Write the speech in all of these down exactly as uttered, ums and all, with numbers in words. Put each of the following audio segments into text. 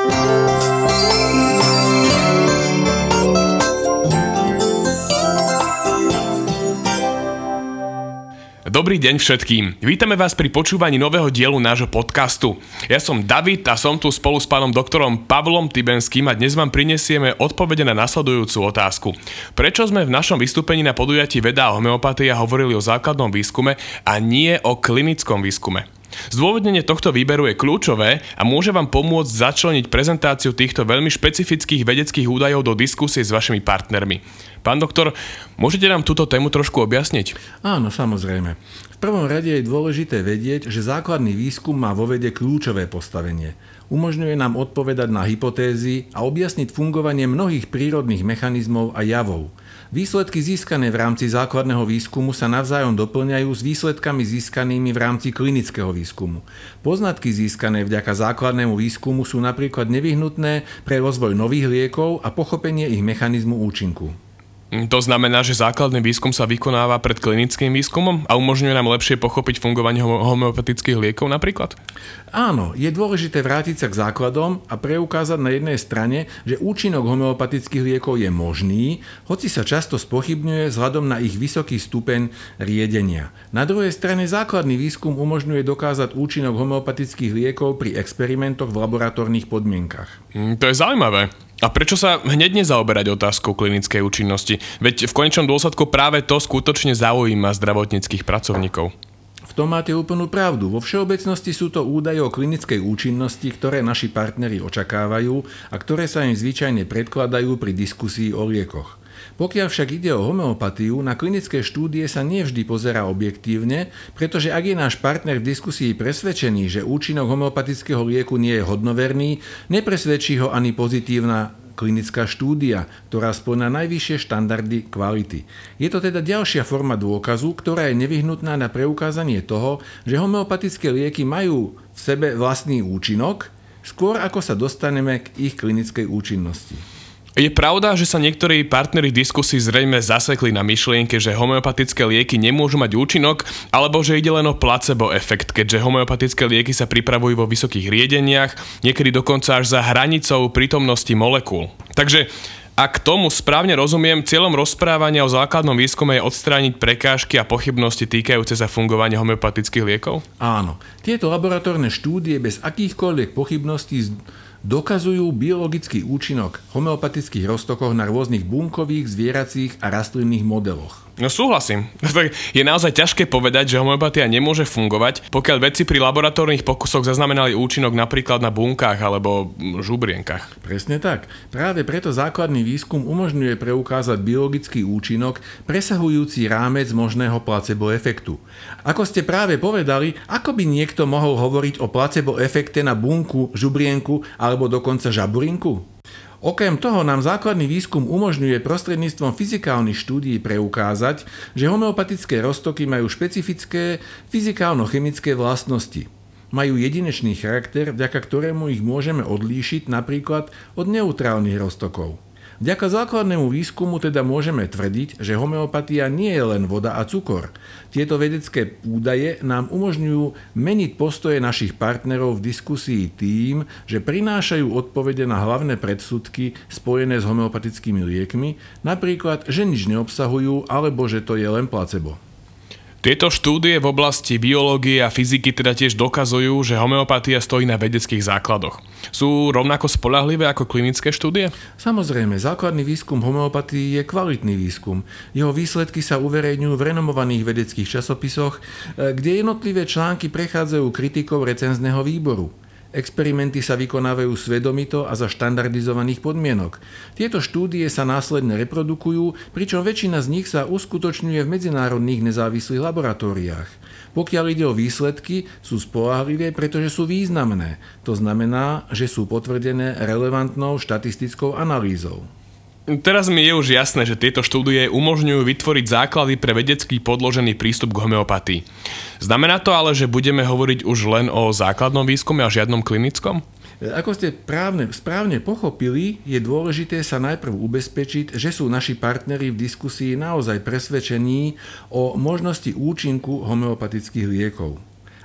Dobrý deň všetkým. Vítame vás pri počúvaní nového dielu nášho podcastu. Ja som David a som tu spolu s pánom doktorom Pavlom Tybenským a dnes vám prinesieme odpovede na nasledujúcu otázku. Prečo sme v našom vystúpení na podujatí Veda a homeopatia hovorili o základnom výskume a nie o klinickom výskume? Zdôvodnenie tohto výberu je kľúčové a môže vám pomôcť začleniť prezentáciu týchto veľmi špecifických vedeckých údajov do diskusie s vašimi partnermi. Pán doktor, môžete nám túto tému trošku objasniť? Áno, samozrejme. V prvom rade je dôležité vedieť, že základný výskum má vo vede kľúčové postavenie. Umožňuje nám odpovedať na hypotézy a objasniť fungovanie mnohých prírodných mechanizmov a javov. Výsledky získané v rámci základného výskumu sa navzájom doplňajú s výsledkami získanými v rámci klinického výskumu. Poznatky získané vďaka základnému výskumu sú napríklad nevyhnutné pre rozvoj nových liekov a pochopenie ich mechanizmu účinku. To znamená, že základný výskum sa vykonáva pred klinickým výskumom a umožňuje nám lepšie pochopiť fungovanie homeopatických liekov napríklad? Áno, je dôležité vrátiť sa k základom a preukázať na jednej strane, že účinok homeopatických liekov je možný, hoci sa často spochybňuje vzhľadom na ich vysoký stupeň riedenia. Na druhej strane základný výskum umožňuje dokázať účinok homeopatických liekov pri experimentoch v laboratórnych podmienkach. Mm, to je zaujímavé. A prečo sa hneď nezaoberať otázkou klinickej účinnosti? Veď v konečnom dôsledku práve to skutočne zaujíma zdravotníckych pracovníkov. V tom máte úplnú pravdu. Vo všeobecnosti sú to údaje o klinickej účinnosti, ktoré naši partneri očakávajú a ktoré sa im zvyčajne predkladajú pri diskusii o liekoch. Pokiaľ však ide o homeopatiu, na klinické štúdie sa nevždy pozerá objektívne, pretože ak je náš partner v diskusii presvedčený, že účinok homeopatického lieku nie je hodnoverný, nepresvedčí ho ani pozitívna klinická štúdia, ktorá spĺňa najvyššie štandardy kvality. Je to teda ďalšia forma dôkazu, ktorá je nevyhnutná na preukázanie toho, že homeopatické lieky majú v sebe vlastný účinok, skôr ako sa dostaneme k ich klinickej účinnosti. Je pravda, že sa niektorí partneri v diskusii zrejme zasekli na myšlienke, že homeopatické lieky nemôžu mať účinok, alebo že ide len o placebo efekt, keďže homeopatické lieky sa pripravujú vo vysokých riedeniach, niekedy dokonca až za hranicou prítomnosti molekúl. Takže ak tomu správne rozumiem, cieľom rozprávania o základnom výskume je odstrániť prekážky a pochybnosti týkajúce sa fungovania homeopatických liekov? Áno. Tieto laboratórne štúdie bez akýchkoľvek pochybností dokazujú biologický účinok homeopatických roztokoch na rôznych bunkových, zvieracích a rastlinných modeloch. No súhlasím. Je naozaj ťažké povedať, že homeopatia nemôže fungovať, pokiaľ vedci pri laboratórnych pokusoch zaznamenali účinok napríklad na bunkách alebo žubrienkach. Presne tak. Práve preto základný výskum umožňuje preukázať biologický účinok presahujúci rámec možného placebo efektu. Ako ste práve povedali, ako by niekto mohol hovoriť o placebo efekte na bunku, žubrienku alebo dokonca žaburinku? Okrem toho nám základný výskum umožňuje prostredníctvom fyzikálnych štúdií preukázať, že homeopatické roztoky majú špecifické fyzikálno-chemické vlastnosti. Majú jedinečný charakter, vďaka ktorému ich môžeme odlíšiť napríklad od neutrálnych roztokov. Vďaka základnému výskumu teda môžeme tvrdiť, že homeopatia nie je len voda a cukor. Tieto vedecké údaje nám umožňujú meniť postoje našich partnerov v diskusii tým, že prinášajú odpovede na hlavné predsudky spojené s homeopatickými liekmi, napríklad, že nič neobsahujú alebo že to je len placebo. Tieto štúdie v oblasti biológie a fyziky teda tiež dokazujú, že homeopatia stojí na vedeckých základoch. Sú rovnako spoľahlivé ako klinické štúdie? Samozrejme, základný výskum homeopatii je kvalitný výskum. Jeho výsledky sa uverejňujú v renomovaných vedeckých časopisoch, kde jednotlivé články prechádzajú kritikou recenzného výboru. Experimenty sa vykonávajú svedomito a za štandardizovaných podmienok. Tieto štúdie sa následne reprodukujú, pričom väčšina z nich sa uskutočňuje v medzinárodných nezávislých laboratóriách. Pokiaľ ide o výsledky, sú spoľahlivé, pretože sú významné. To znamená, že sú potvrdené relevantnou štatistickou analýzou. Teraz mi je už jasné, že tieto štúdie umožňujú vytvoriť základy pre vedecký podložený prístup k homeopatii. Znamená to ale, že budeme hovoriť už len o základnom výskume a žiadnom klinickom? Ako ste právne, správne pochopili, je dôležité sa najprv ubezpečiť, že sú naši partneri v diskusii naozaj presvedčení o možnosti účinku homeopatických liekov.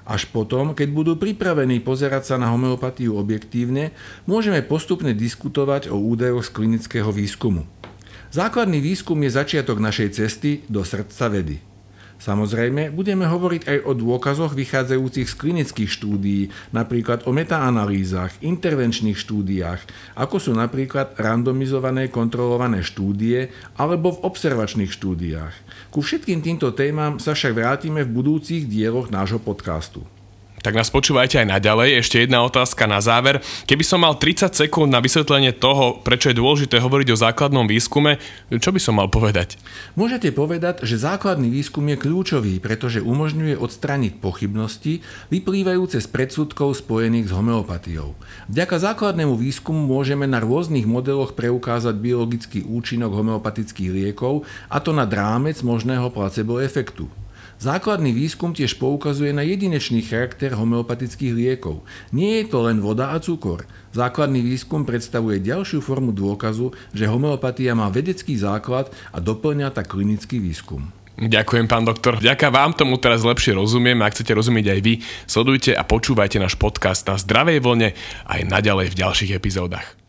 Až potom, keď budú pripravení pozerať sa na homeopatiu objektívne, môžeme postupne diskutovať o údajoch z klinického výskumu. Základný výskum je začiatok našej cesty do srdca vedy. Samozrejme, budeme hovoriť aj o dôkazoch vychádzajúcich z klinických štúdií, napríklad o metaanalýzach, intervenčných štúdiách, ako sú napríklad randomizované kontrolované štúdie alebo v observačných štúdiách. Ku všetkým týmto témam sa však vrátime v budúcich dieloch nášho podcastu. Tak nás počúvajte aj naďalej. Ešte jedna otázka na záver. Keby som mal tridsať sekúnd na vysvetlenie toho, prečo je dôležité hovoriť o základnom výskume, čo by som mal povedať? Môžete povedať, že základný výskum je kľúčový, pretože umožňuje odstrániť pochybnosti vyplývajúce z predsudkov spojených s homeopatiou. Vďaka základnému výskumu môžeme na rôznych modeloch preukázať biologický účinok homeopatických liekov, a to nad rámec možného placebo efektu. Základný výskum tiež poukazuje na jedinečný charakter homeopatických liekov. Nie je to len voda a cukor. Základný výskum predstavuje ďalšiu formu dôkazu, že homeopatia má vedecký základ a doplňa tak klinický výskum. Ďakujem, pán doktor. Vďaka vám tomu teraz lepšie rozumiem. Ak chcete rozumieť aj vy, sledujte a počúvajte náš podcast na Zdravej vlne aj naďalej v ďalších epizódach.